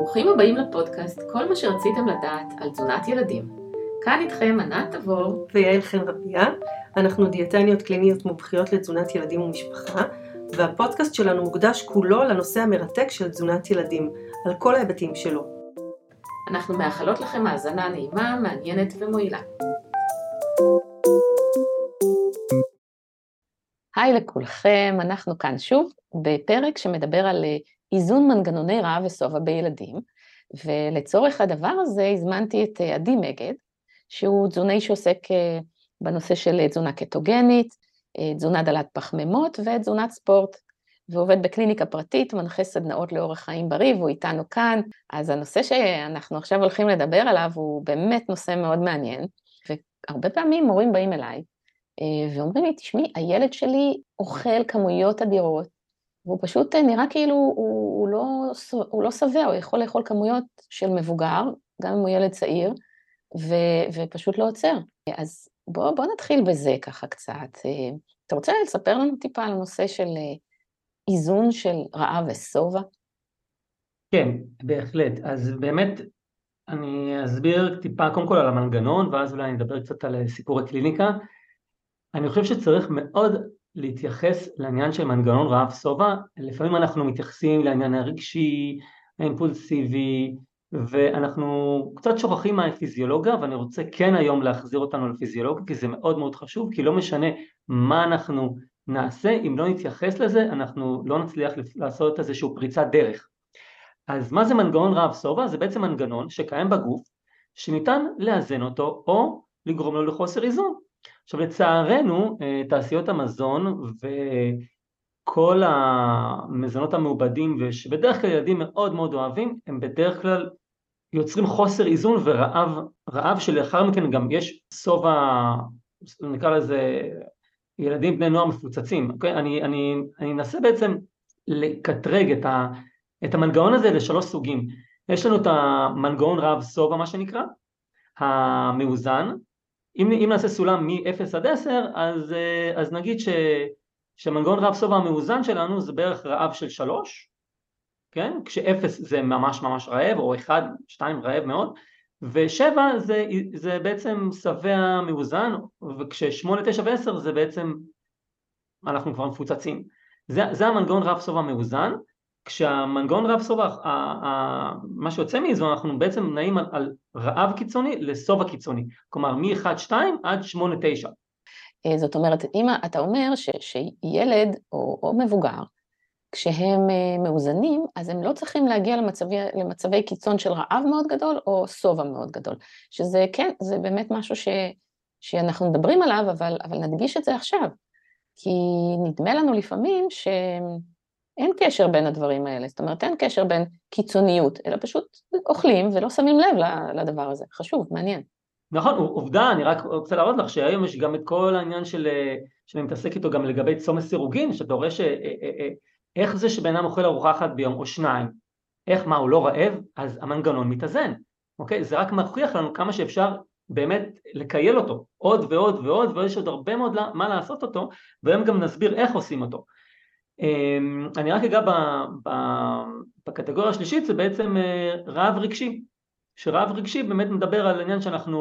ברוכים הבאים לפודקאסט, כל מה שרציתם לדעת על תזונת ילדים. כאן איתכם ענת תבור ויעל חן רביה. אנחנו דיאטניות קליניות מומחיות לתזונת ילדים ומשפחה, והפודקאסט שלנו מוקדש כולו לנושא המרתק של תזונת ילדים, על כל ההיבטים שלו. אנחנו מאחלות לכם האזנה נעימה, מעניינת ומועילה. היי לכולכם, אנחנו כאן שוב בפרק שמדבר על איזון מנגנוני רעב ושובע בילדים, ולצורך הדבר הזה הזמנתי את עדי מגד, שהוא תזונאי שעוסק בנושא של תזונה קטוגנית, תזונה דלת פחמימות ותזונת ספורט, ועובד בקליניקה פרטית, מנחה סדנאות לאורח חיים בריא, והוא איתנו כאן. אז הנושא שאנחנו עכשיו הולכים לדבר עליו הוא באמת נושא מאוד מעניין, והרבה פעמים מורים באים אליי, ואומרים לי, תשמעי, הילד שלי אוכל כמויות אדירות, והוא פשוט נראה כאילו הוא לא שבע, הוא יכול לאכול כמויות של מבוגר, גם אם הוא ילד צעיר, ופשוט לא עוצר. אז בוא נתחיל בזה ככה קצת. אתה רוצה לספר לנו טיפה על הנושא של איזון של רעב ושובע? כן, בהחלט. אז באמת אני אסביר טיפה קודם כל על המנגנון, ואז אולי נדבר קצת על סיפור הקליניקה. אני חושב שצריך מאוד להתייחס לעניין של מנגנון רעב שובע. לפעמים אנחנו מתייחסים לעניין הרגשי, האימפולסיבי, ואנחנו קצת שוכחים מהפיזיולוגיה, ואני רוצה כן היום להחזיר אותנו לפיזיולוגיה, כי זה מאוד מאוד חשוב, כי לא משנה מה אנחנו נעשה, אם לא נתייחס לזה, אנחנו לא נצליח לעשות איזשהו פריצת דרך. אז מה זה מנגנון רעב שובע? זה בעצם מנגנון שקיים בגוף, שניתן לאזן אותו או לגרום לו לחוסר איזון. עכשיו לצערנו תעשיות המזון וכל המזונות המעובדים ושבדרך כלל ילדים מאוד מאוד אוהבים, הם בדרך כלל יוצרים חוסר איזון ורעב שלאחר מכן גם יש שובע, נקרא לזה ילדים בני נוער מפוצצים. אוקיי? אני אנסה בעצם לקטרג את המנגנון הזה לשלוש סוגים. יש לנו את המנגנון רעב שובע, מה שנקרא, המאוזן. אם נעשה סולם מ-0 עד 10, אז נגיד שמנגנון רעב שובע המאוזן שלנו זה בערך רעב של 3, כן? כש-0 זה ממש ממש רעב, או 1, 2 רעב מאוד, ו-7 זה בעצם שבע מאוזן, וכש-8, 9 ו-10 זה בעצם אנחנו כבר מפוצצים. זה המנגנון רעב שובע המאוזן. כשהמנגנון רעב שובע, מה שיוצא מאיזון, אנחנו בעצם נעים על רעב קיצוני לשובע קיצוני, כלומר מ-1-2 עד 8-9. זאת אומרת, אם אתה אומר שילד או מבוגר, כשהם מאוזנים, אז הם לא צריכים להגיע למצבי קיצון של רעב מאוד גדול או שובע מאוד גדול, שזה כן, זה באמת משהו שאנחנו מדברים עליו, אבל נדגיש את זה עכשיו, כי נדמה לנו לפעמים אין קשר בין הדברים האלה, זאת אומרת, אין קשר בין קיצוניות, אלא פשוט אוכלים ולא שמים לב לדבר הזה. חשוב, מעניין. נכון, עובדה, אני רק רוצה להראות לך שהיום יש גם את כל העניין שאני מתעסק איתו גם לגבי צום הסירוגין, שאתה רואה איך זה שבן אדם אוכל ארוחה אחת ביום או שניים, מה, הוא לא רעב? אז המנגנון מתאזן, אוקיי? זה רק מוכיח לנו כמה שאפשר באמת לקייל אותו, עוד ועוד ועוד, ויש עוד הרבה מאוד מה לעשות אותו, והיום גם נסביר איך עושים אותו. אני רק אגע בקטגוריה השלישית, זה בעצם רעב רגשי, שרעב רגשי באמת מדבר על עניין שאנחנו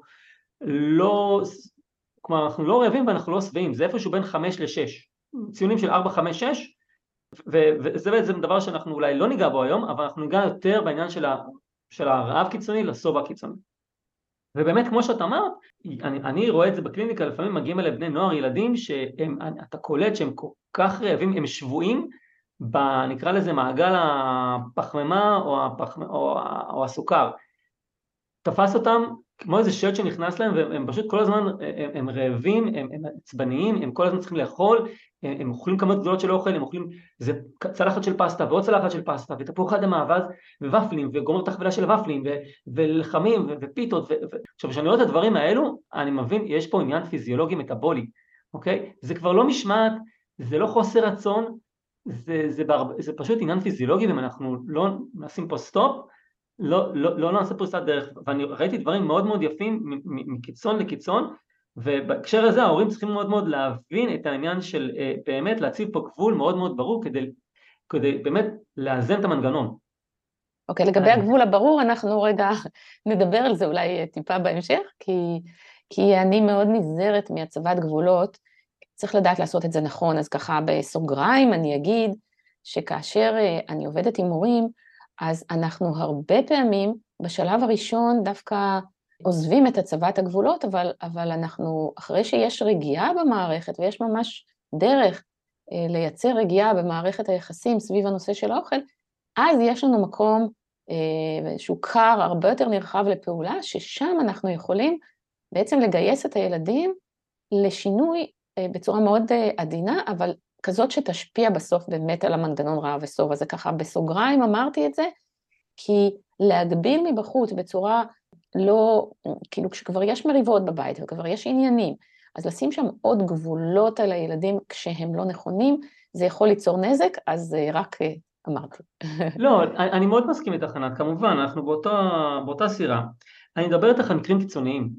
לא, כלומר אנחנו לא רעבים ואנחנו לא שבעים, זה איפשהו בין 5 ל-6, ציונים של 4, 5, 6, וזה בעצם דבר שאנחנו אולי לא ניגע בו היום, אבל אנחנו ניגע יותר בעניין של הרעב קיצוני לשובע קיצוני. ובאמת כמו שאת אמרת, אני רואה את זה בקליניקה, לפעמים מגיעים אליי בני נוער, ילדים שאתה קולט שהם כל כך רעבים, הם שבועים, נקרא לזה מעגל הפחמימה או הסוכר. תפס אותם כמו איזה שד שנכנס להם, והם פשוט כל הזמן, הם רעבים, הם עצבניים, הם כל הזמן צריכים לאכול, הם אוכלים כמות גדולות של אוכל, הם אוכלים, זה צלחת של פסטה ועוד צלחת של פסטה, ותפוח אדמה מאבז, וופלים, וגומר תחבילה של ופלים, ולחמים, ופיתות, עכשיו, כשאני רואה את הדברים האלו, אני מבין, יש פה עניין פיזיולוגי מטאבולי, אוקיי? זה כבר לא משמעת, זה לא חוסר רצון, זה פשוט עניין פיזיולוגי, ואם אנחנו לא נשים פה סטופ, לא נעשה פריצת דרך, ואני ראיתי דברים מאוד מאוד יפים מקיצון לקיצון, ובהקשר הזה ההורים צריכים מאוד מאוד להבין את העניין של באמת להציב פה גבול מאוד מאוד ברור כדי באמת לאזן את המנגנון. אוקיי, לגבי הגבול הברור, אנחנו רגע נדבר על זה אולי טיפה בהמשך, כי אני מאוד נזהרת מהצבת גבולות, צריך לדעת לעשות את זה נכון, אז ככה בסוגריים אני אגיד שכאשר אני עובדת עם מורים, אז אנחנו הרבה פעמים בשלב הראשון דווקא עוזבים את הצבת הגבולות, אבל אנחנו, אחרי שיש רגיעה במערכת, ויש ממש דרך לייצר רגיעה במערכת היחסים סביב הנושא של האוכל, אז יש לנו מקום שהוא קר הרבה יותר נרחב לפעולה, ששם אנחנו יכולים בעצם לגייס את הילדים לשינוי בצורה מאוד עדינה, אבל כזאת שתשפיע בסוף באמת על המנגנון רעב ושובע. אז זה ככה בסוגריים אמרתי את זה, כי להגביל מבחוץ בצורה לא, כאילו כשכבר יש מריבות בבית וכבר יש עניינים, אז לשים שם עוד גבולות על הילדים כשהם לא נכונים, זה יכול ליצור נזק, אז רק אמרתי. לא, אני מאוד מסכים איתך ענת, כמובן, אנחנו באותה סירה. אני מדבר איתך על מקרים קיצוניים,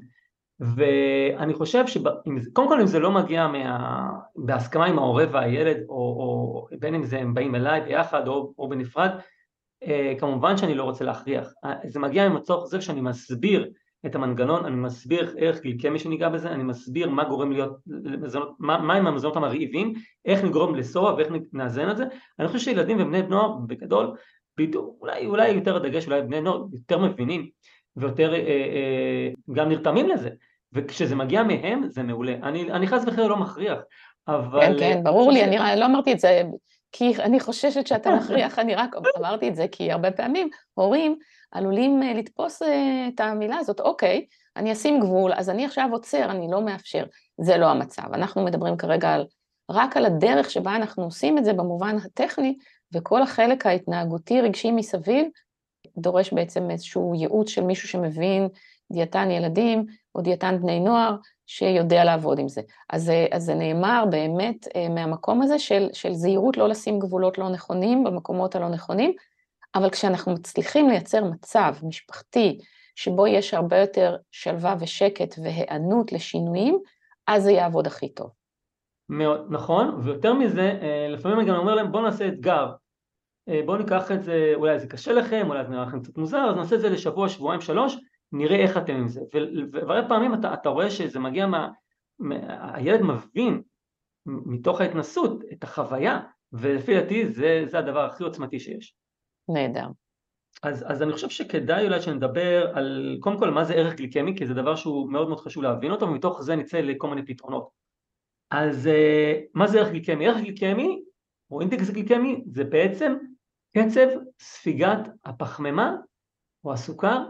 ואני חושב קודם כל אם זה לא מגיע בהסכמה עם ההורה והילד, או בין אם זה הם באים אליי ביחד או בנפרד, כמובן שאני לא רוצה להכריח. זה מגיע עם הצורך זה שאני מסביר את המנגנון, אני מסביר איך גליקמי שניגע בזה, אני מסביר מה גורם להיות, מה עם המזונות המרעיבים, איך נגרום לסובע ואיך נאזן את זה. אני חושב שילדים ובני נוער בגדול, אולי יותר הדגש, אולי בני נוער יותר מבינים ויותר גם נרתמים לזה, וכשזה מגיע מהם זה מעולה. אני חס וחלילה לא מכריח, אבל... כן, כן, ברור לי, אני לא אמרתי את זה כי אני חוששת שאתה מכריח, אני רק אמרתי את זה כי הרבה פעמים הורים עלולים לתפוס את המילה הזאת, אוקיי, אני אשים גבול, אז אני עכשיו עוצר, אני לא מאפשר. זה לא המצב. אנחנו מדברים כרגע רק על הדרך שבה אנחנו עושים את זה במובן הטכני, וכל החלק ההתנהגותי רגשי מסביב, דורש בעצם איזשהו ייעוץ של מישהו שמבין דיאטן ילדים, או דיאטן בני נוער, שיודע לעבוד עם זה. אז זה נאמר באמת מהמקום הזה של זהירות לא לשים גבולות לא נכונים, במקומות הלא נכונים, אבל כשאנחנו מצליחים לייצר מצב משפחתי, שבו יש הרבה יותר שלווה ושקט והיענות לשינויים, אז זה יעבוד הכי טוב. מאוד, נכון, ויותר מזה, לפעמים אני גם אומר להם, בואו נעשה אתגר, בואו ניקח את זה, אולי זה קשה לכם, אולי זה נראה לכם קצת מוזר, אז נעשה את זה לשבוע, שבועיים, 3, נראה איך אתם עם זה. והרבה פעמים אתה רואה שזה מגיע הילד מבין מתוך ההתנסות את החוויה, ולפי דעתי זה הדבר הכי עוצמתי שיש. נהדר. אז אני חושב שכדאי אולי שנדבר על קודם כל מה זה ערך גליקמי, כי זה דבר שהוא מאוד מאוד חשוב להבין אותו, ומתוך זה נצא לכל מיני פתרונות. אז מה זה ערך גליקמי? ערך גליקמי או אינדקס גליקמי זה בעצם קצב ספיגת הפחמימה או הסוכר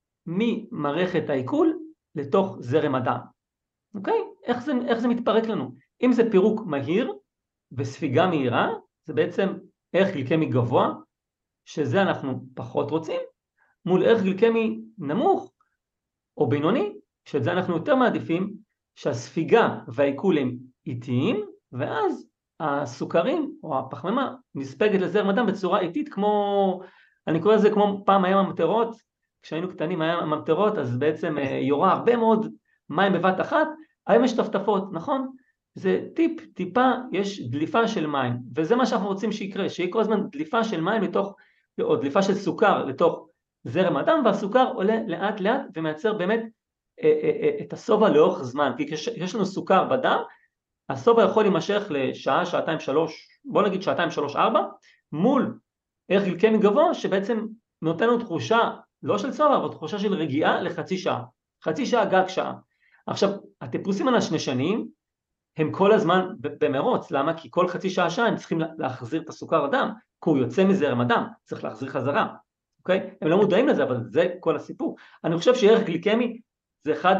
ממערכת העיכול לתוך זרם הדם. אוקיי? איך זה מתפרק לנו? אם זה פירוק מהיר וספיגה מהירה, זה בעצם ערך גליקמי גבוה, שזה אנחנו פחות רוצים, מול ערך גליקמי נמוך או בינוני, שאת זה אנחנו יותר מעדיפים, שהספיגה והעיכול הם איטיים, ואז הסוכרים או הפחמימה נספגת לזרם הדם בצורה איטית, כמו, אני קורא לזה כמו פעם היה ממטרות, כשהיינו קטנים היה ממטרות, אז בעצם יורה הרבה מאוד מים בבת אחת, היום יש טפטפות, נכון? זה טיפה יש דליפה של מים, וזה מה שאנחנו רוצים שיקרה, שיהיה כל הזמן דליפה של מים לתוך, או דליפה של סוכר לתוך זרם הדם, והסוכר עולה לאט לאט ומייצר באמת את הסובה לאורך זמן, כי כשיש לנו סוכר בדם, הסובה יכול להימשך לשעה, שעתיים, 3, בוא נגיד שעתיים, 3, 4, מול ערך גליקמי גבוה, שבעצם נותן לנו תחושה, לא של סובה, אבל תחושה של רגיעה לחצי שעה, חצי שעה גג שעה. עכשיו, הטיפוסים הנשנשניים, הם כל הזמן במרוץ, למה? כי כל חצי שעה הם צריכים להחזיר את הסוכר לדם, כי הוא יוצא מזרם הדם, צריך להחזיר חזרה, אוקיי? הם לא מודעים לזה, אבל זה כל הסיפור. אני חושב שערך גליקמי זה אחד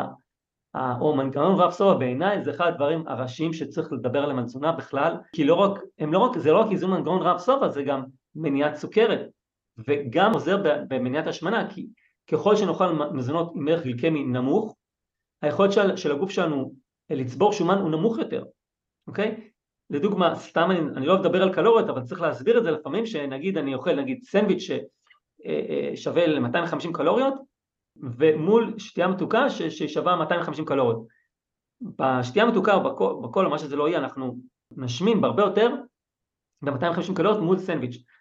או מנגנון רעב סובה בעיניי, זה אחד הדברים הראשיים שצריך לדבר עליהם על תזונה בכלל, כי זה לא רק איזון מנגנון רעב סובה, זה גם מניעת סוכרת, וגם עוזר במניעת השמנה, כי ככל שנאכל מזונות עם ערך גליקמי נמוך, היכולת של הגוף שלנו לצבור שומן הוא נמוך יותר, אוקיי? לדוגמה, סתם אני לא אוהב לדבר על קלוריות, אבל צריך להסביר את זה לפעמים, שנגיד אני אוכל נגיד סנדוויץ' ששווה ל-250 קלוריות, ומול שתייה מתוקה ששווה 250 קלוריות. בשתייה מתוקה או בכל או מה שזה לא יהיה, אנחנו נשמין בהרבה יותר ב-250 קלוריות מול סנדוויץ'.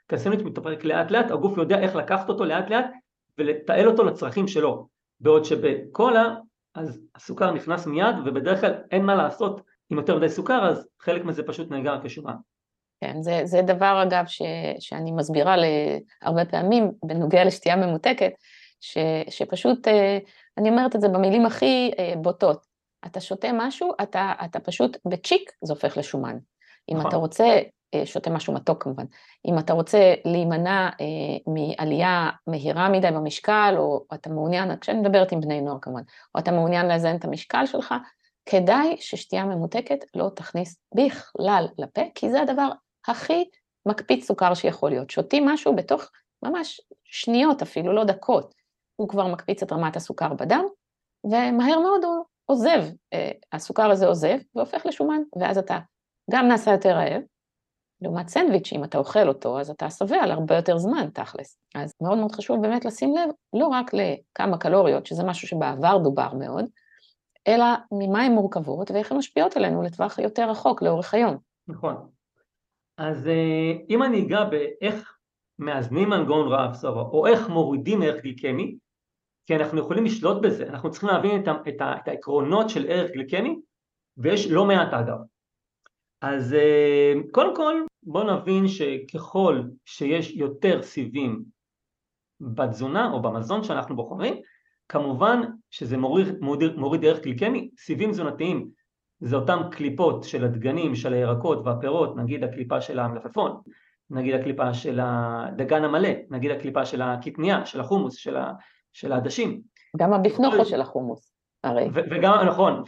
כי הסנדוויץ' מתפרק לאט לאט, הגוף יודע איך לקחת אותו לאט לאט, ולתעל אותו לצרכים שלו, בעוד שבקולה, אז הסוכר נכנס מיד, ובדרך כלל אין מה לעשות עם יותר מדי סוכר, אז חלק מזה פשוט נאגר כשומן. כן, זה דבר אגב שאני מסבירה הרבה פעמים, בנוגע לשתייה ממותקת, שפשוט, אני אומרת את זה במילים הכי בוטות, אתה שותה משהו, אתה פשוט בצ'יק, זה הופך לשומן. אם אתה רוצה, שותה משהו מתוק כמובן, אם אתה רוצה להימנע מעלייה מהירה מדי במשקל, או אתה מעוניין, כשאני מדברת עם בני נוער כמובן, או אתה מעוניין לאזן את המשקל שלך, כדאי ששתייה ממותקת לא תכניס בכלל לפה, כי זה הדבר הכי מקפיץ סוכר שיכול להיות. שותים משהו בתוך ממש שניות אפילו, לא דקות, הוא כבר מקפיץ את רמת הסוכר בדם, ומהר מאוד הוא עוזב, הסוכר הזה עוזב, והופך לשומן, ואז אתה גם נעשה יותר רעב, לעומת סנדוויץ', אם אתה אוכל אותו, אז אתה שבע על הרבה יותר זמן, תכלס. אז מאוד מאוד חשוב באמת לשים לב, לא רק לכמה קלוריות, שזה משהו שבעבר דובר מאוד, אלא ממה הן מורכבות, ואיך הן משפיעות עלינו לטווח יותר רחוק, לאורך היום. נכון. אז אם אני אגע באיך מאזנים מנגנון רעב סובה, או איך מורידים ערך גליקמי, כי אנחנו יכולים לשלוט בזה, אנחנו צריכים להבין את העקרונות של ערך גליקמי, ויש לא מעט אגב. אז קודם כל בואו נבין שככל שיש יותר סיבים בתזונה או במזון שאנחנו בוחרים, כמובן שזה מוריד ערך גליקמי. סיבים תזונתיים זה אותם קליפות של הדגנים, של הירקות והפירות, נגיד הקליפה של המלפפון, נגיד הקליפה של הדגן המלא, נגיד הקליפה של הקטניה, של החומוס, של העדשים. גם הבפנוכו של החומוס, הרי. וגם,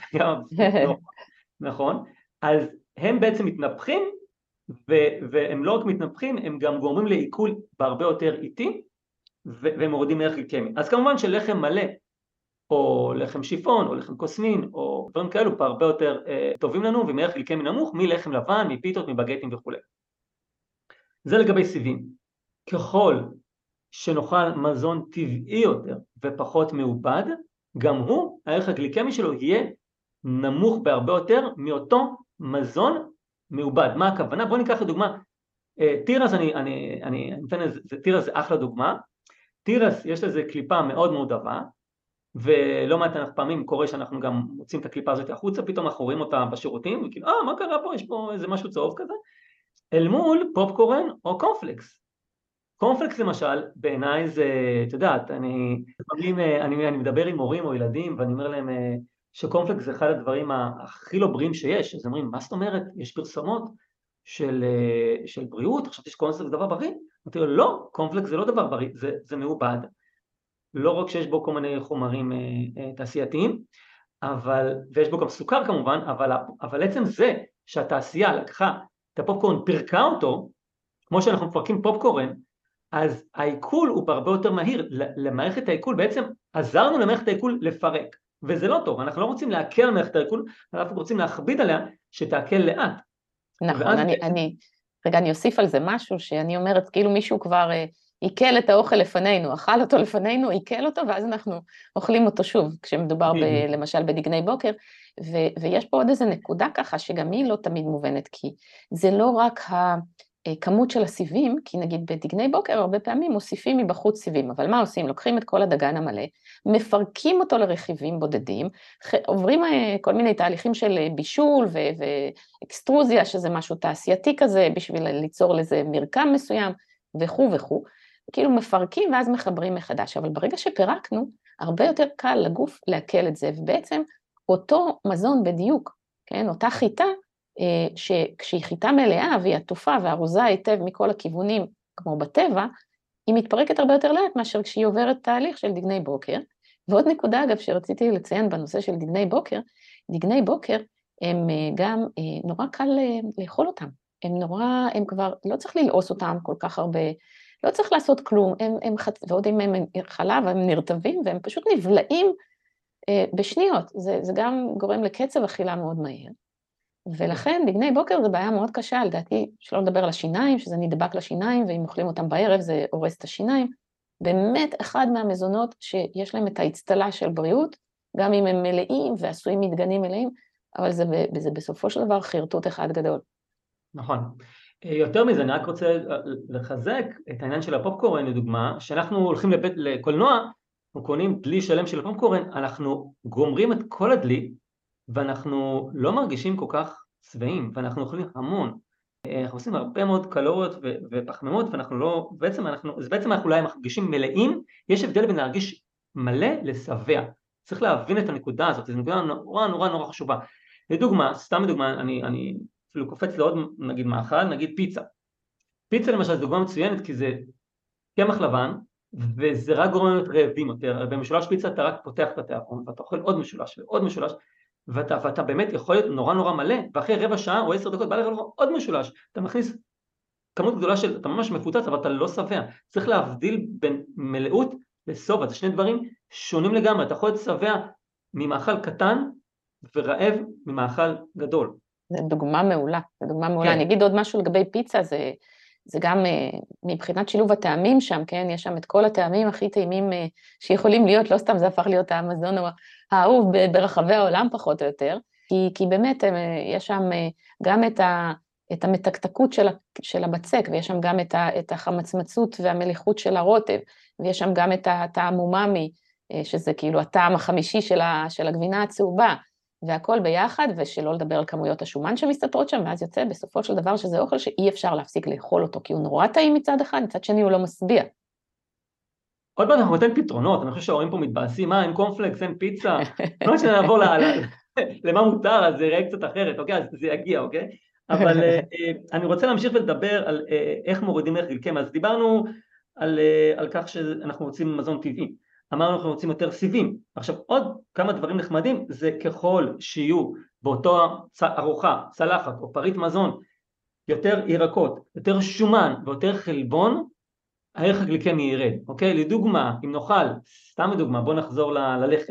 נכון, אז הם בעצם מתנפחים, והם לא רק מתנפחים, הם גם גורמים לעיכול בהרבה יותר איטי, והם מורידים ערך גליקמי. אז כמובן שלחם מלא, או לחם שיפון, או לחם קוסמין, או דברים כאלו, הרבה יותר טובים לנו, ועם ערך גליקמי נמוך, מלחם לבן, מפיתות, מבגטים וכו'. זה לגבי סיבים. ככל שנאכל מזון טבעי יותר, ופחות מעובד, גם הוא, הערך הגליקמי שלו יהיה נמוך בהרבה יותר, מאותו מזון מעובד. מה הכוונה? בואו ניקח לדוגמה, תירס, אני נותן לזה, תירס זה אחלה דוגמה. תירס יש לזה קליפה מאוד מאוד עבה, ולא מעט פעמים קורה שאנחנו גם מוצאים את הקליפה הזאת החוצה, פתאום אנחנו רואים אותה בשירותים, וכאילו, מה קרה פה? יש פה איזה משהו צהוב כזה. אל מול פופקורן או קורנפלקס. קורנפלקס למשל, בעיניי זה, את יודעת, אני מדבר עם הורים או ילדים, ואני אומר להם שקורנפלקס זה אחד הדברים הכי לא בריאים שיש. אז אומרים, מה זאת אומרת? יש פרסומות של בריאות, חשבתי שקורנפלקס זה דבר בריא? אמרתי לו, לא, קורנפלקס זה לא דבר בריא, זה מעובד. לא רק שיש בו כל מיני חומרים תעשייתיים, ויש בו גם סוכר כמובן, אבל עצם זה שהתעשייה לקחה את הפופקורן, פרקה אותו, כמו שאנחנו מפרקים פופקורן, אז העיכול הוא בהרבה יותר מהיר. למערכת העיכול, בעצם עזרנו למערכת העיכול לפרק, וזה לא טוב. אנחנו לא רוצים להקל על מערכת העיכול, אנחנו רוצים להכביד עליה שתעכל לאט. נכון, אני אוסיף על זה משהו שאני אומרת, כאילו מישהו כבר עיכל את האוכל לפנינו, אכל אותו לפנינו, עיכל אותו, ואז אנחנו אוכלים אותו שוב, כשמדובר למשל בדגני בוקר, ויש פה עוד איזה נקודה ככה, שגם היא לא תמיד מובנת, כי זה לא רק הכמות של הסיבים, כי נגיד בדגני בוקר הרבה פעמים מוסיפים מבחוץ סיבים, אבל מה עושים? לוקחים את כל הדגן המלא, מפרקים אותו לרכיבים בודדים, עוברים כל מיני תהליכים של בישול ואקסטרוזיה, שזה משהו תעשייתי כזה, בשביל ליצור לזה מרקם מסוים, וכו' וכו', כאילו מפרקים ואז מחברים מחדש, אבל ברגע שפירקנו, הרבה יותר קל לגוף לעכל את זה, ובעצם אותו מזון בדיוק, כן, אותה חיטה, שכשהיא חיטה מלאה והיא עטופה וארוזה היטב מכל הכיוונים, כמו בטבע, היא מתפרקת הרבה יותר לאט מאשר כשהיא עוברת תהליך של דגני בוקר. ועוד נקודה אגב שרציתי לציין בנושא של דגני בוקר הם גם נורא קל לאכול אותם, הם כבר לא צריך ללעוס אותם כל כך הרבה, לא צריך לעשות כלום, ועוד אם הם חלב, הם נרטבים והם פשוט נבלעים בשניות, זה גם גורם לקצב אכילה מאוד מהיר. ולכן דגני בוקר זה בעיה מאוד קשה, לדעתי, שלא לדבר על השיניים, שזה נדבק לשיניים, ואם אוכלים אותם בערב זה הורס את השיניים. באמת אחד מהמזונות שיש להם את האצטלה של בריאות, גם אם הם מלאים ועשויים מדגנים מלאים, אבל זה בסופו של דבר חרטוט אחד גדול. נכון. יותר מזה, אני רק רוצה לחזק את העניין של הפופקורן, לדוגמה, שאנחנו הולכים לקולנוע, אנחנו קונים דלי שלם של הפופקורן, אנחנו גומרים את כל הדלי, ואנחנו לא מרגישים כל כך שבעים, ואנחנו אוכלים המון. אנחנו עושים הרבה מאוד קלוריות ופחמימות, ואנחנו לא, בעצם אנחנו אולי מרגישים מלאים. יש הבדל בין להרגיש מלא לשבע. צריך להבין את הנקודה הזאת, זו נקודה נורא נורא נורא חשובה. לדוגמה, סתם לדוגמה, אני אפילו קופץ לעוד נגיד מאכל, נגיד פיצה. פיצה למשל זו דוגמה מצוינת, כי זה קמח לבן, וזה רק גורם להיות רעבים יותר. במשולש פיצה אתה רק פותח את התיאבון, ואתה אוכל עוד משולש ועוד משולש, ואתה באמת יכול להיות נורא נורא מלא, ואחרי רבע שעה או 10 דקות בא לך עוד משולש, אתה מכניס כמות גדולה של, אתה ממש מפוצץ, אבל אתה לא שבע. צריך להבדיל בין מלאות לשובע, זה שני דברים שונים לגמרי. אתה יכול להיות שבע ממאכל קטן, ורעב ממאכל גדול. זה דוגמה מעולה, זה דוגמה מעולה. כן. אני אגיד עוד משהו לגבי פיצה, זה גם מבחינת שילוב הטעמים שם, כן? יש שם את כל הטעמים הכי טעימים שיכולים להיות, לא סתם זה הפך להיות המזון האהוב ברחבי העולם פחות או יותר, כי באמת יש שם גם את המתקתקות של הבצק, ויש שם גם את החמצמצות והמליחות של הרוטב, ויש שם גם את הטעם אומאמי, שזה כאילו הטעם החמישי של הגבינה הצהובה, והכל ביחד, ושלא לדבר על כמויות השומן שמסתתרות שם, ואז יוצא בסופו של דבר שזה אוכל שאי אפשר להפסיק לאכול אותו, כי הוא נורא טעים מצד אחד, מצד שני הוא לא משביע. עוד פעם אנחנו ניתן פתרונות, אני חושב שההורים פה מתבאסים, אין קורנפלקס, אין פיצה, לא שנעבור למה מותר, אז זה יראה קצת אחרת, אוקיי? אז זה יגיע, אוקיי? אבל אני רוצה להמשיך ולדבר על איך מורידים ערך גליקמי. אז דיברנו על כך שאנחנו רוצים מזון טבעי, אמרנו אנחנו רוצים יותר סיבים. עכשיו עוד כמה דברים נחמדים, זה ככל שיהיו באותו ארוחה, צלחת או פריט מזון, יותר ירקות, יותר שומן ויותר חלבון, הערך הגליקמי ירד, אוקיי? לדוגמה, אם נאכל, סתם לדוגמה, בוא נחזור ללחם,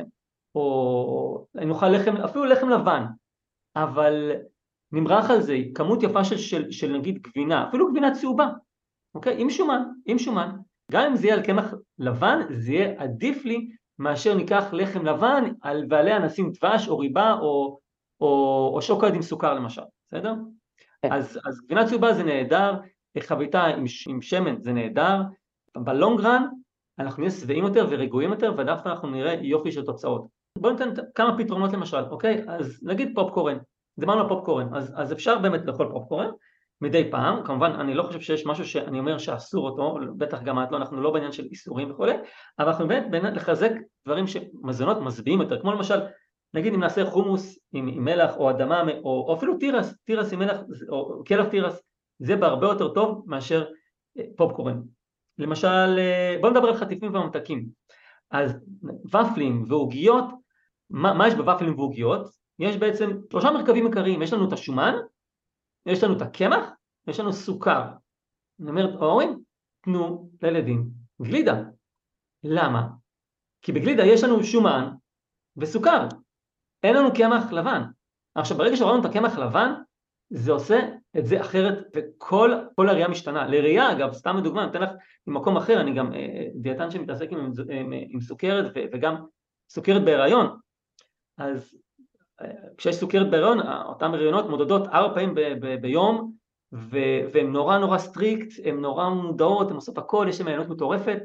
או אם נאכל לחם, אפילו לחם לבן, אבל נמרח על זה כמות יפה של נגיד גבינה, אפילו גבינה צהובה, אוקיי? עם שומן, גם אם זה יהיה על קמח לבן, זה יהיה עדיף לי מאשר ניקח לחם לבן ועליה נשים דבש או ריבה או שוקולד עם סוכר למשל, בסדר? אז גבינה צהובה זה נהדר, חביתה עם שמן זה נהדר, בלונגרן אנחנו נהיה שבעים יותר ורגועים יותר, ודווקא אנחנו נראה יופי של תוצאות. בואו ניתן כמה פתרונות למשל, אוקיי? אז נגיד פופקורן, דיברנו על פופקורן, אז אפשר באמת לאכול פופקורן מדי פעם, כמובן אני לא חושב שיש משהו שאני אומר שאסור אותו, בטח גם את לא, אנחנו לא בעניין של איסורים וכו', אבל אנחנו באמת לחזק דברים שמזונות משביעים יותר, כמו למשל, נגיד אם נעשה חומוס עם מלח או אדמה, או אפילו תירס עם מלח, או כלב תירס, זה בהרבה יותר טוב מאשר פופקורן. למשל, בואו נדבר על חטיפים וממתקים. אז ופלים ועוגיות, מה יש בוופלים ועוגיות? יש בעצם 3 מרכיבים עיקריים, יש לנו את השומן, יש לנו את הקמח, יש לנו סוכר. אני אומרת, ההורים, תנו לילדים גלידה. למה? כי בגלידה יש לנו שומן וסוכר, אין לנו קמח לבן. עכשיו ברגע שראינו את הקמח לבן, זה עושה את זה אחרת, וכל הראייה משתנה. לראייה אגב, סתם לדוגמה, אני אתן לך ממקום אחר, אני גם דיאטן שמתעסק עם סוכרת וגם סוכרת בהיריון, אז כשיש סוכרת בהיריון, אותם הריונות מודדות 4 פעמים ביום, והן נורא נורא סטריקט, הן נורא מודעות, הן עושות הכל, יש להן עיינות מטורפת,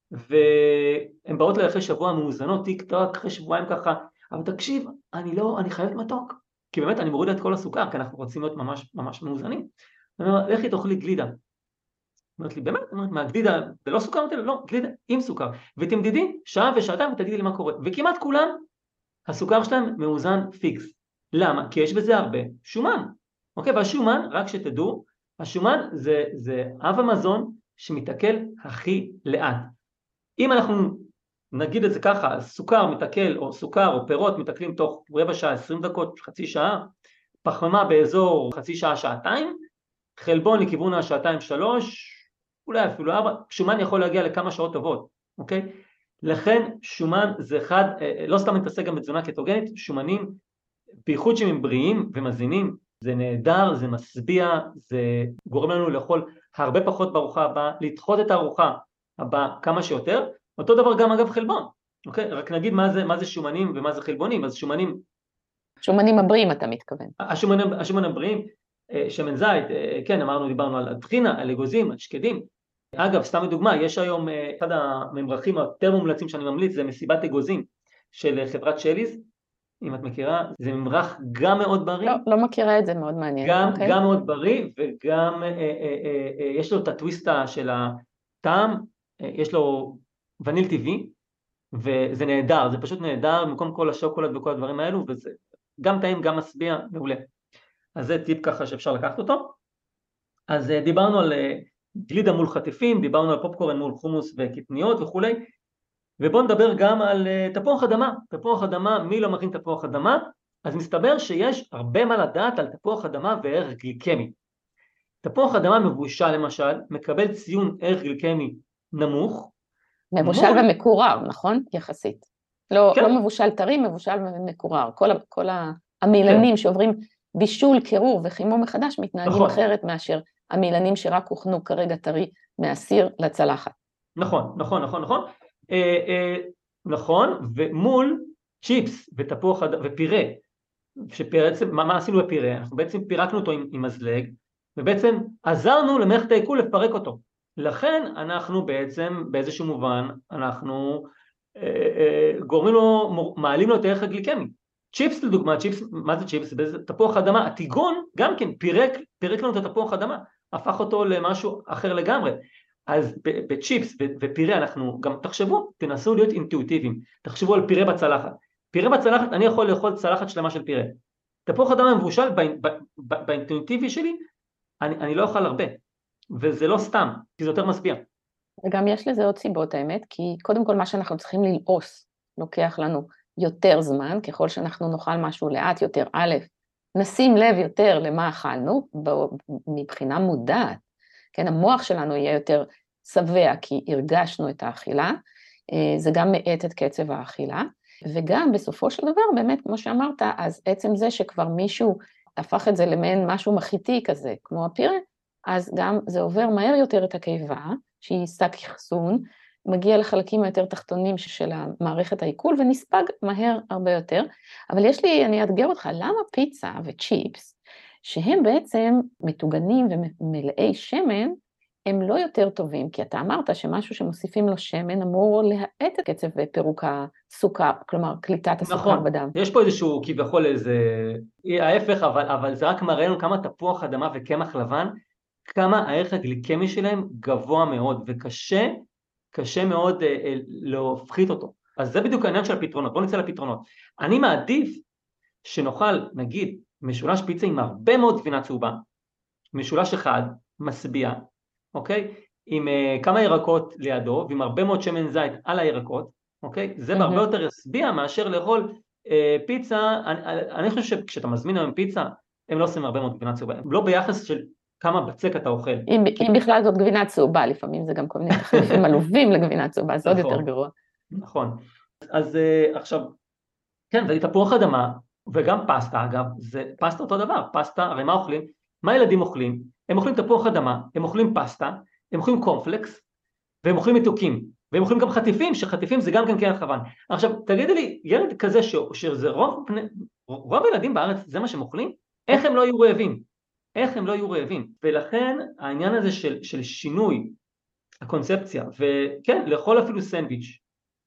והן באות אחרי שבוע מאוזנות, טיק טוק, אחרי שבועיים ככה, אבל תקשיב, אני חייבת מתוק, כי באמת אני מורידה את כל הסוכר, כי אנחנו רוצים להיות ממש ממש מאוזנים. אני אומר, לכי תאכלי גלידה. אומרת לי, באמת? אומרת, מה, גלידה, זה לא סוכר? לא, גלידה עם סוכר. ותמדידי שעה ושעתיים ותגידי לי מה קורה. וכמעט כולם, הסוכר שלהם מאוזן פיקס. למה? כי יש בזה הרבה שומן. אוקיי? והשומן, רק שתדעו, השומן זה אב המזון שמתעכל הכי לאט. אם אנחנו נגיד את זה ככה, סוכר מתעכל, או סוכר או פירות מתעכלים תוך רבע שעה, 20 דקות, חצי שעה, פחמימה באזור חצי שעה, שעתיים, חלבון לכיוון השעתיים 3, אולי אפילו 4, שומן יכול להגיע לכמה שעות טובות, אוקיי? לכן שומן זה אחד, לא סתם מתעסק גם בתזונה קטוגנית, שומנים, בייחוד שהם בריאים ומזינים, זה נהדר, זה משביע, זה גורם לנו לאכול הרבה פחות בארוחה הבאה, לדחות את הארוחה הבאה כמה שיותר, אותו דבר גם אגב חלבון, אוקיי? רק נגיד מה זה שומנים ומה זה חלבונים. אז שומנים הבריאים אתה מתכוון. השומנים הבריאים, שמן זית, כן, דיברנו על טחינה, על אגוזים, על שקדים. אגב, סתם לדוגמה, יש היום אחד הממרחים היותר מומלצים שאני ממליץ, זה מסיבת אגוזים של חברת שליז, אם את מכירה, זה ממרח גם מאוד בריא. לא מכירה את זה, מאוד מעניין. גם מאוד בריא, וגם יש לו את הטוויסטה של הטעם, יש לו וניל טבעי, וזה נהדר, זה פשוט נהדר, במקום כל השוקולד וכל הדברים האלו, וזה גם טעים, גם משביע, מעולה. אז זה טיפ ככה שאפשר לקחת אותו. אז דיברנו על גלידה מול חטיפים, דיברנו על פופקורן מול חומוס וקטניות וכולי, ובואו נדבר גם על תפוח אדמה. תפוח אדמה, מי לא מכין תפוח אדמה? אז מסתבר שיש הרבה מה לדעת על תפוח אדמה וערך גליקמי. תפוח אדמה מבושל למשל, מקבל ציון ערך גליקמי נמוך. מבושל ומקורר, נכון? יחסית. לא מבושל טרי, מבושל ומקורר. כל המילנים שעוברים בישול, קירור וחימום מחדש מתנהגים אחרת מאשר המילנים שרק הוכנו כרגע טרי מהסיר לצלחת. נכון, ומול צ'יפס ותפוח ופירה, שבעצם, מה עשינו בפירה? אנחנו בעצם פירקנו אותו עם מזלג, ובעצם עזרנו למערכת העיכול לפרק אותו. לכן אנחנו בעצם, באיזשהו מובן, אנחנו גורמים לו, מעלים לו את הערך הגליקמי. צ'יפס לדוגמה, מה זה צ'יפס? תפוח אדמה, הטיגון גם כן פירק לנו את התפוח אדמה, הפך אותו למשהו אחר לגמרי. אז בצ'יפס ופירה אנחנו גם, תנסו להיות אינטואיטיביים, תחשבו על פירה בצלחת. פירה בצלחת, אני יכול לאכול צלחת שלמה של פירה. תפוח אדמה מבושל באינטואיטיבי שלי, אני לא אוכל הרבה, וזה לא סתם, כי זה יותר משביע. וגם יש לזה עוד סיבות האמת, כי קודם כל מה שאנחנו צריכים ללעוס, לוקח לנו יותר זמן, ככל שאנחנו נאכל משהו לאט יותר, נשים לב יותר למה אכלנו, מבחינה מודעת, כן, המוח שלנו יהיה יותר שבע, כי הרגשנו את האכילה, זה גם מאט את קצב האכילה, וגם בסופו של דבר, באמת, כמו שאמרת, אז עצם זה שכבר מישהו הפך את זה למעין משהו מחיתי כזה, כמו הפירה, אז גם זה עובר מהר יותר את הקיבה, שהיא שק אחסון, מגיע לחלקים היותר תחתונים של המערכת העיכול, ונספג מהר הרבה יותר. אבל אני אאתגר אותך, למה פיצה וצ'יפס, שהם בעצם מטוגנים ומלאי שמן, הם לא יותר טובים, כי אתה אמרת שמשהו שמוסיפים לו שמן אמור להאט את קצב פירוק הסוכר, כלומר קליטת הסוכר בדם. יש פה איזשהו כביכול ההפך, אבל זה רק מראה לנו כמה תפוח אדמה וקמח לבן, כמה הערך הגליקמי שלהם גבוה מאוד, וקשה מאוד להפחית אותו. אז זה בדיוק העניין של הפתרונות. בואו נצא לפתרונות. אני מעדיף שנאכל, נגיד, משולש פיצה עם הרבה מאוד גבינה צהובה, משולש אחד, משביע, אוקיי? עם כמה ירקות לידו, ועם הרבה מאוד שמן זית על הירקות, אוקיי? זה בהרבה יותר ישביע מאשר לאכול פיצה. אני חושב שכשאתה מזמין היום פיצה, הם לא עושים הרבה מאוד גבינה צהובה, הם לא ביחס של כמה בצק אתה אוכל. אם בכלל זאת גבינה צהובה, לפעמים זה גם כל מיני תחליפים עלובים לגבינה צהובה, זה עוד יותר גרוע. נכון. אז עכשיו, כן, זה תפוח אדמה, וגם פסטה, אגב, זה פסטה אותו דבר, פסטה, הרי מה אוכלים? מה ילדים אוכלים? הם אוכלים תפוח אדמה, הם אוכלים פסטה, הם אוכלים קורנפלקס, והם אוכלים מתוקים, והם אוכלים גם חטיפים, שחטיפים זה גם כן קרן חבן. עכשיו, תגידי לי, ילד כזה שזה רוב ילדים בארץ, זה מה שהם אוכלים? איך הם לא יהיו רעבים? איך הם לא יהיו רעבים? ולכן העניין הזה של שינוי הקונספציה, וכן, לאכול אפילו סנדוויץ',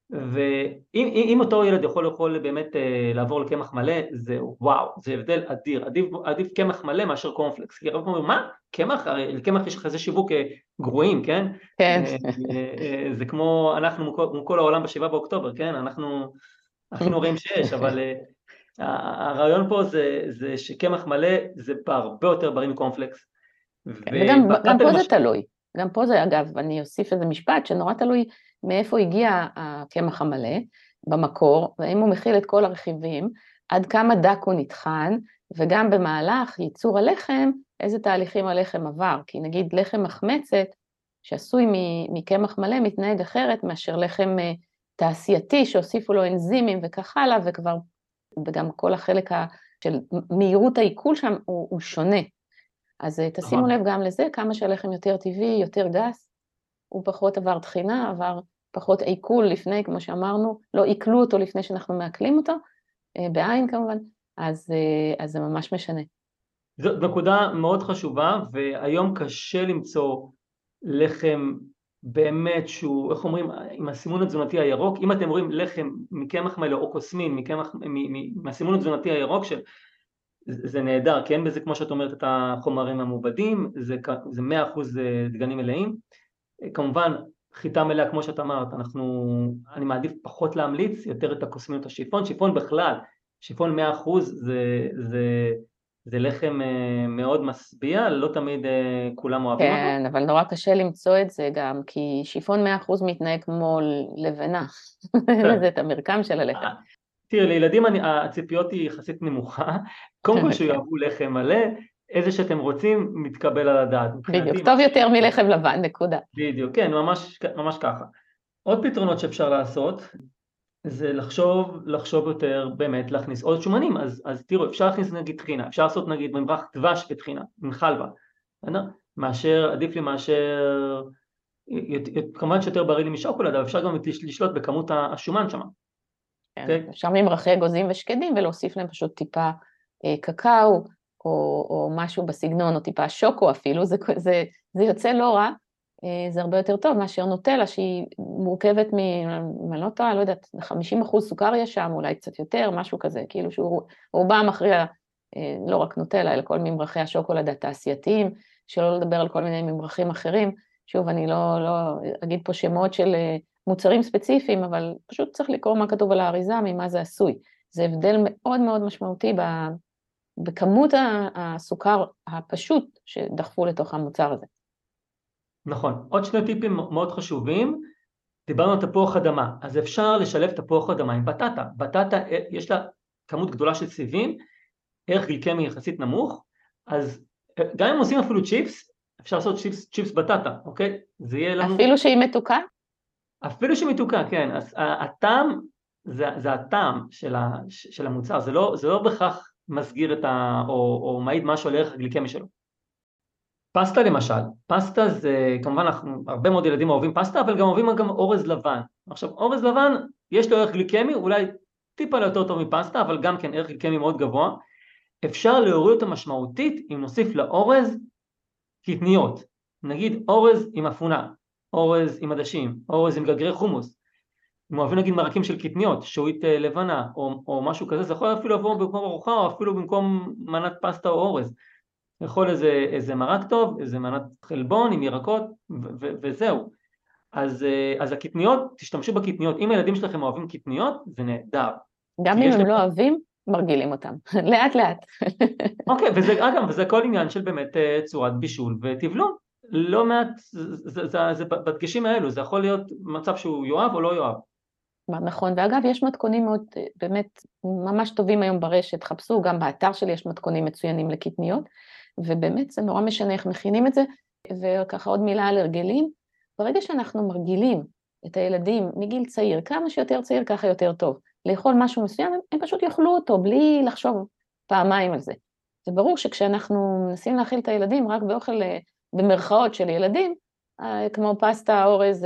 ואם אותו ילד יכול לאכול באמת לעבור לקמח מלא, זה וואו, זה הבדל אדיר, עדיף קמח מלא מאשר קורנפלקס, כי הרבה אומרים, מה? קמח? הרי לקמח יש כזה שיווק גרועים, כן? כן. זה כמו אנחנו, כמו כל העולם ב7 באוקטובר, כן? אנחנו הכי נוראים שיש, אבל הרעיון פה זה שקמח מלא זה הרבה יותר בריא מקורנפלקס. וגם פה זה תלוי, גם פה זה אגב, אני אוסיף איזה משפט שנורא תלוי מאיפה הגיע הקמח המלא במקור, והאם הוא מכיל את כל הרכיבים, עד כמה דק הוא נטחן, וגם במהלך ייצור הלחם, איזה תהליכים הלחם עבר, כי נגיד לחם מחמצת, שעשוי מקמח מלא, מתנהג אחרת מאשר לחם תעשייתי, שהוסיפו לו אנזימים וכך הלאה, וגם כל החלק של מהירות העיכול שם הוא שונה. אז תשימו לב גם לזה, כמה שהלחם יותר טבעי, יותר גס, הוא פחות עבר תחינה, עבר פחות עיכול לפני, כמו שאמרנו, לא עיכלו אותו לפני שאנחנו מעכלים אותו, בעין כמובן, אז זה ממש משנה. זאת נקודה מאוד חשובה, והיום קשה למצוא לחם באמת שהוא, איך אומרים, עם הסימון התזונתי הירוק. אם אתם רואים לחם מקמח מלא או קוסמין, מהסימון התזונתי הירוק, זה נהדר, כי אין בזה, כמו שאת אומרת, את החומרים המעובדים, זה 100% דגנים מלאים. כמובן, חיטה מלאה, כמו שאת אמרת, אני מעדיף פחות להמליץ, יותר את הקוסמין או את השיפון. שיפון בכלל, שיפון 100% זה לחם מאוד משביע, לא תמיד כולם אוהבים אותו. כן, אבל נורא קשה למצוא את זה גם, כי שיפון 100% מתנהג כמו לבנה, אין לזה את המרקם של הלחם. תראה, לילדים הציפיות היא יחסית נמוכה, קודם כל שיאהבו לחם מלא, איזה שאתם רוצים מתקבל על הדעת. בדיוק, טוב יותר מלחם לבן, נקודה. בדיוק, כן, ממש ככה. עוד פתרונות שאפשר לעשות, זה לחשוב יותר באמת להכניס עוד שומנים. אז תראו, אפשר להכניס נגיד טחינה, אפשר לעשות נגיד ממרח דבש וטחינה, עם חלבה, עדיף לי מאשר, כמובן שיותר בריא לי משוקולד, אבל אפשר גם לשלוט בכמות השומן שם. כן, אפשר ממרחי אגוזים ושקדים ולהוסיף להם פשוט טיפה קקאו, או משהו בסגנון, או טיפה שוקו אפילו, זה יוצא לא רע, זה הרבה יותר טוב מאשר נוטלה, שהיא מורכבת אני לא יודעת, 50% סוכר יש שם, אולי קצת יותר, משהו כזה, כאילו שהוא רובם מכריע, לא רק נוטלה, אלא כל ממרחי השוקולד התעשייתיים, שלא לדבר על כל מיני ממרחים אחרים. שוב, אני לא אגיד פה שמות של מוצרים ספציפיים, אבל פשוט צריך לקרוא מה כתוב על האריזה, ממה זה עשוי. זה הבדל מאוד מאוד משמעותי בכמות הסוכר הפשוט שדחפו לתוך המוצר הזה. נכון. עוד שני טיפים מאוד חשובים. דיברנו על תפוח אדמה, אז אפשר לשלב תפוח אדמה עם בטטה. בטטה יש לה כמות גדולה של סיבים, ערך גליקמי יחסית נמוך, אז גם אם עושים אפילו צ'יפס, אפשר לעשות צ'יפס בטטה, אוקיי? זה יהיה לנו... אפילו שהיא מתוקה? אפילו שהיא מתוקה, כן. אז הטעם, זה הטעם של המוצר, זה לא בכך מסגיר או מעיד משהו על ערך הגליקמי שלו. פסטה למשל, פסטה זה, כמובן הרבה מאוד ילדים אוהבים פסטה, אבל גם אוהבים גם אורז לבן. עכשיו, אורז לבן, יש לו ערך גליקמי, אולי טיפה יותר טוב מפסטה, אבל גם כן ערך גליקמי מאוד גבוה. אפשר להוריד אותה משמעותית אם נוסיף לאורז קטניות. נגיד אורז עם אפונה, אורז עם עדשים, אורז עם גרגרי חומוס. אם אוהבים נגיד מרקים של קטניות, שועית לבנה או משהו כזה, זה יכול אפילו לבוא במקום ארוחה או אפילו במקום מנת פסטה או אורז. יכול איזה מרק טוב, איזה מנת חלבון עם ירקות וזהו. אז הקטניות, תשתמשו בקטניות. אם הילדים שלכם אוהבים קטניות, זה נהדר. גם אם הם לא אוהבים, מרגילים אותם. לאט לאט. אוקיי, וזה כל עניין של באמת צורת בישול וטבלון. לא מעט, זה בדגשים האלו, זה יכול להיות מצב שהוא יאהב או לא יאהב. נכון, ואגב יש מתכונים מאוד, באמת ממש טובים היום ברשת, חפשו, גם באתר שלי יש מתכונים מצוינים לקטניות, ובאמת זה נורא משנה איך מכינים את זה, וככה עוד מילה על הרגלים, ברגע שאנחנו מרגילים את הילדים מגיל צעיר, כמה שיותר צעיר ככה יותר טוב, לאכול משהו מסוים, הם פשוט יאכלו אותו בלי לחשוב פעמיים על זה. זה ברור שכשאנחנו מנסים להאכיל את הילדים רק באוכל במרכאות של ילדים, כמו פסטה, אורז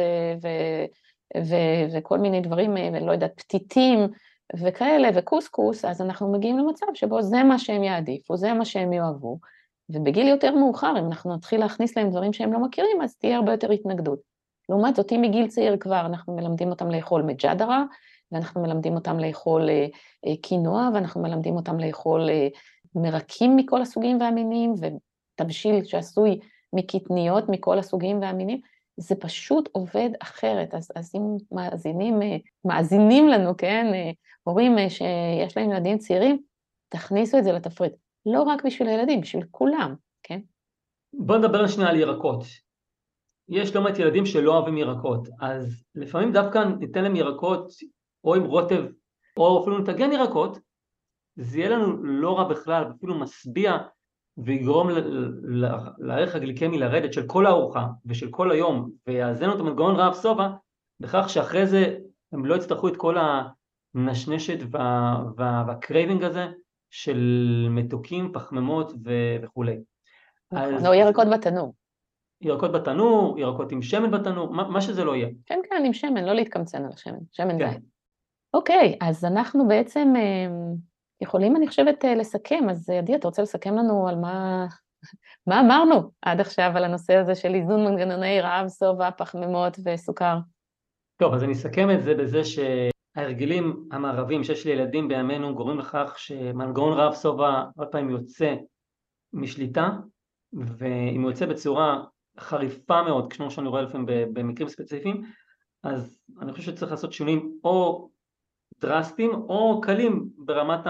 וכל מיני דברים, לא יודעת, פתיתים וכאלה, וקוסקוס, אז אנחנו מגיעים למצב שבו זה מה שהם יעדיפו, זה מה שהם יאהבו, ובגיל יותר מאוחר, אם אנחנו נתחיל להכניס להם דברים שהם לא מכירים, אז תהיה הרבה יותר התנגדות. לעומת זאת, אם מגיל צעיר כבר אנחנו מלמדים אותם לאכול מג'דרה, ואנחנו מלמדים אותם לאכול קינוע, ואנחנו מלמדים אותם לאכול מרקים מכל הסוגים והמינים, ותבשיל שעשוי מקטניות מכל הסוגים והמינים, זה פשוט עובד אחרת. אז אם מאזינים לנו, כן, הורים שיש להם ילדים צעירים, תכניסו את זה לתפריט. לא רק בשביל הילדים, בשביל כולם, כן? בואו נדבר שנייה על ירקות. יש לא מעט ילדים שלא אוהבים ירקות, אז לפעמים דווקא ניתן להם ירקות, או עם רוטב, או אפילו נתגן ירקות, זה יהיה לנו לא רע בכלל, אפילו משביע, ויגרום לערך הגליקמי לרדת של כל הארוחה ושל כל היום, ויאזן אותו מנגנון רעב שובע, בכך שאחרי זה הם לא יצטרכו את כל הנשנשת והקרייבינג הזה של מתוקים, פחמימות וכולי. או ירקות בתנור. ירקות בתנור, ירקות עם שמן בתנור, מה שזה לא יהיה. כן, כן, עם שמן, לא להתקמצן על השמן, שמן זית. אוקיי, אז אנחנו בעצם יכולים, אני חושבת, לסכם. אז עדי, אתה רוצה לסכם לנו על מה אמרנו עד עכשיו על הנושא הזה של איזון מנגנוני רעב, שובע, פחמימות וסוכר? טוב, אז אני אסכם את זה בזה שההרגלים המערבים שיש לילדים בימינו גורמים לכך שמנגנון רעב שובע הרבה פעמים יוצא משליטה, ואם הוא יוצא בצורה חריפה מאוד, כמו שאני רואה לפעמים במקרים ספציפיים, אז אני חושב שצריך לעשות שינויים או דרסטיים או קלים ברמת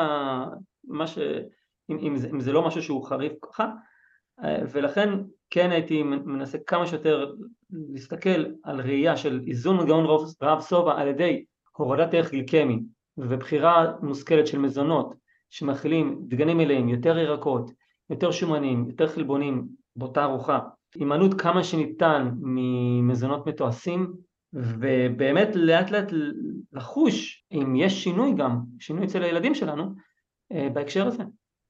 אם זה לא משהו שהוא חריף ככה, ולכן כן הייתי מנסה כמה שיותר להסתכל על ראייה של איזון מנגנון רעב שובע על ידי הורדת ערך גליקמי ובחירה מושכלת של מזונות שמכילים דגנים מלאים, יותר ירקות, יותר שומנים, יותר חלבונים באותה ארוחה, הימנעות כמה שניתן ממזונות מתועשים, ובאמת לאט לאט לחוש אם יש שינוי, גם שינוי אצל הילדים שלנו בהקשר הזה.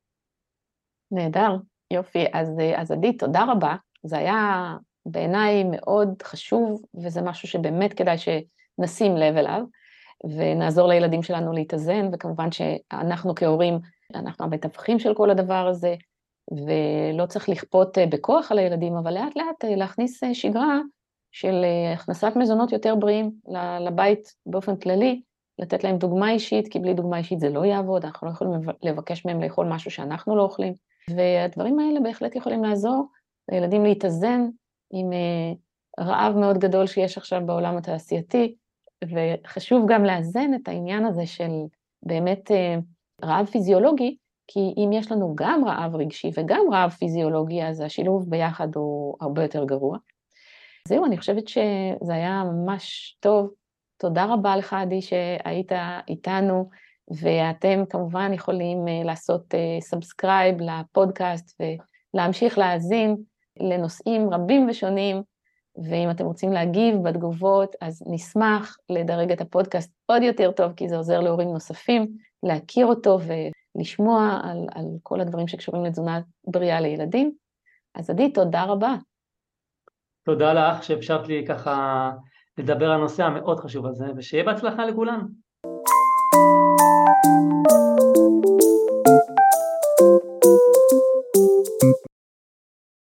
נהדר, יופי. אז עדי, תודה רבה. זה היה בעיניי מאוד חשוב, וזה משהו שבאמת כדאי שנשים לב אליו, ונעזור לילדים שלנו להתאזן, וכמובן שאנחנו כהורים, אנחנו המתווכים של כל הדבר הזה, ולא צריך לכפות בכוח על הילדים, אבל לאט לאט להכניס שגרה של הכנסת מזונות יותר בריאים לבית באופן כללי, לתת להם דוגמה אישית, כי בלי דוגמה אישית זה לא יעבוד, אנחנו לא יכולים לבקש מהם לאכול משהו שאנחנו לא אוכלים, והדברים האלה בהחלט יכולים לעזור לילדים להתאזן עם רעב מאוד גדול שיש עכשיו בעולם התעשייתי, וחשוב גם לאזן את העניין הזה של באמת רעב פיזיולוגי, כי אם יש לנו גם רעב רגשי וגם רעב פיזיולוגי, אז השילוב ביחד הוא הרבה יותר גרוע. זהו, אני חושבת שזה היה ממש טוב. תודה רבה לך, עדי, שהיית איתנו, ואתם כמובן יכולים לעשות סאבסקרייב לפודקאסט ולהמשיך להאזין לנושאים רבים ושונים, ואם אתם רוצים להגיב בתגובות, אז נשמח לדרג את הפודקאסט עוד יותר טוב, כי זה עוזר להורים נוספים להכיר אותו ולשמוע על כל הדברים שקשורים לתזונה בריאה לילדים. אז עדי, תודה רבה. תודה לך שאפשרת לי ככה לדבר על הנושא המאוד חשוב הזה, ושיהיה בהצלחה לכולנו.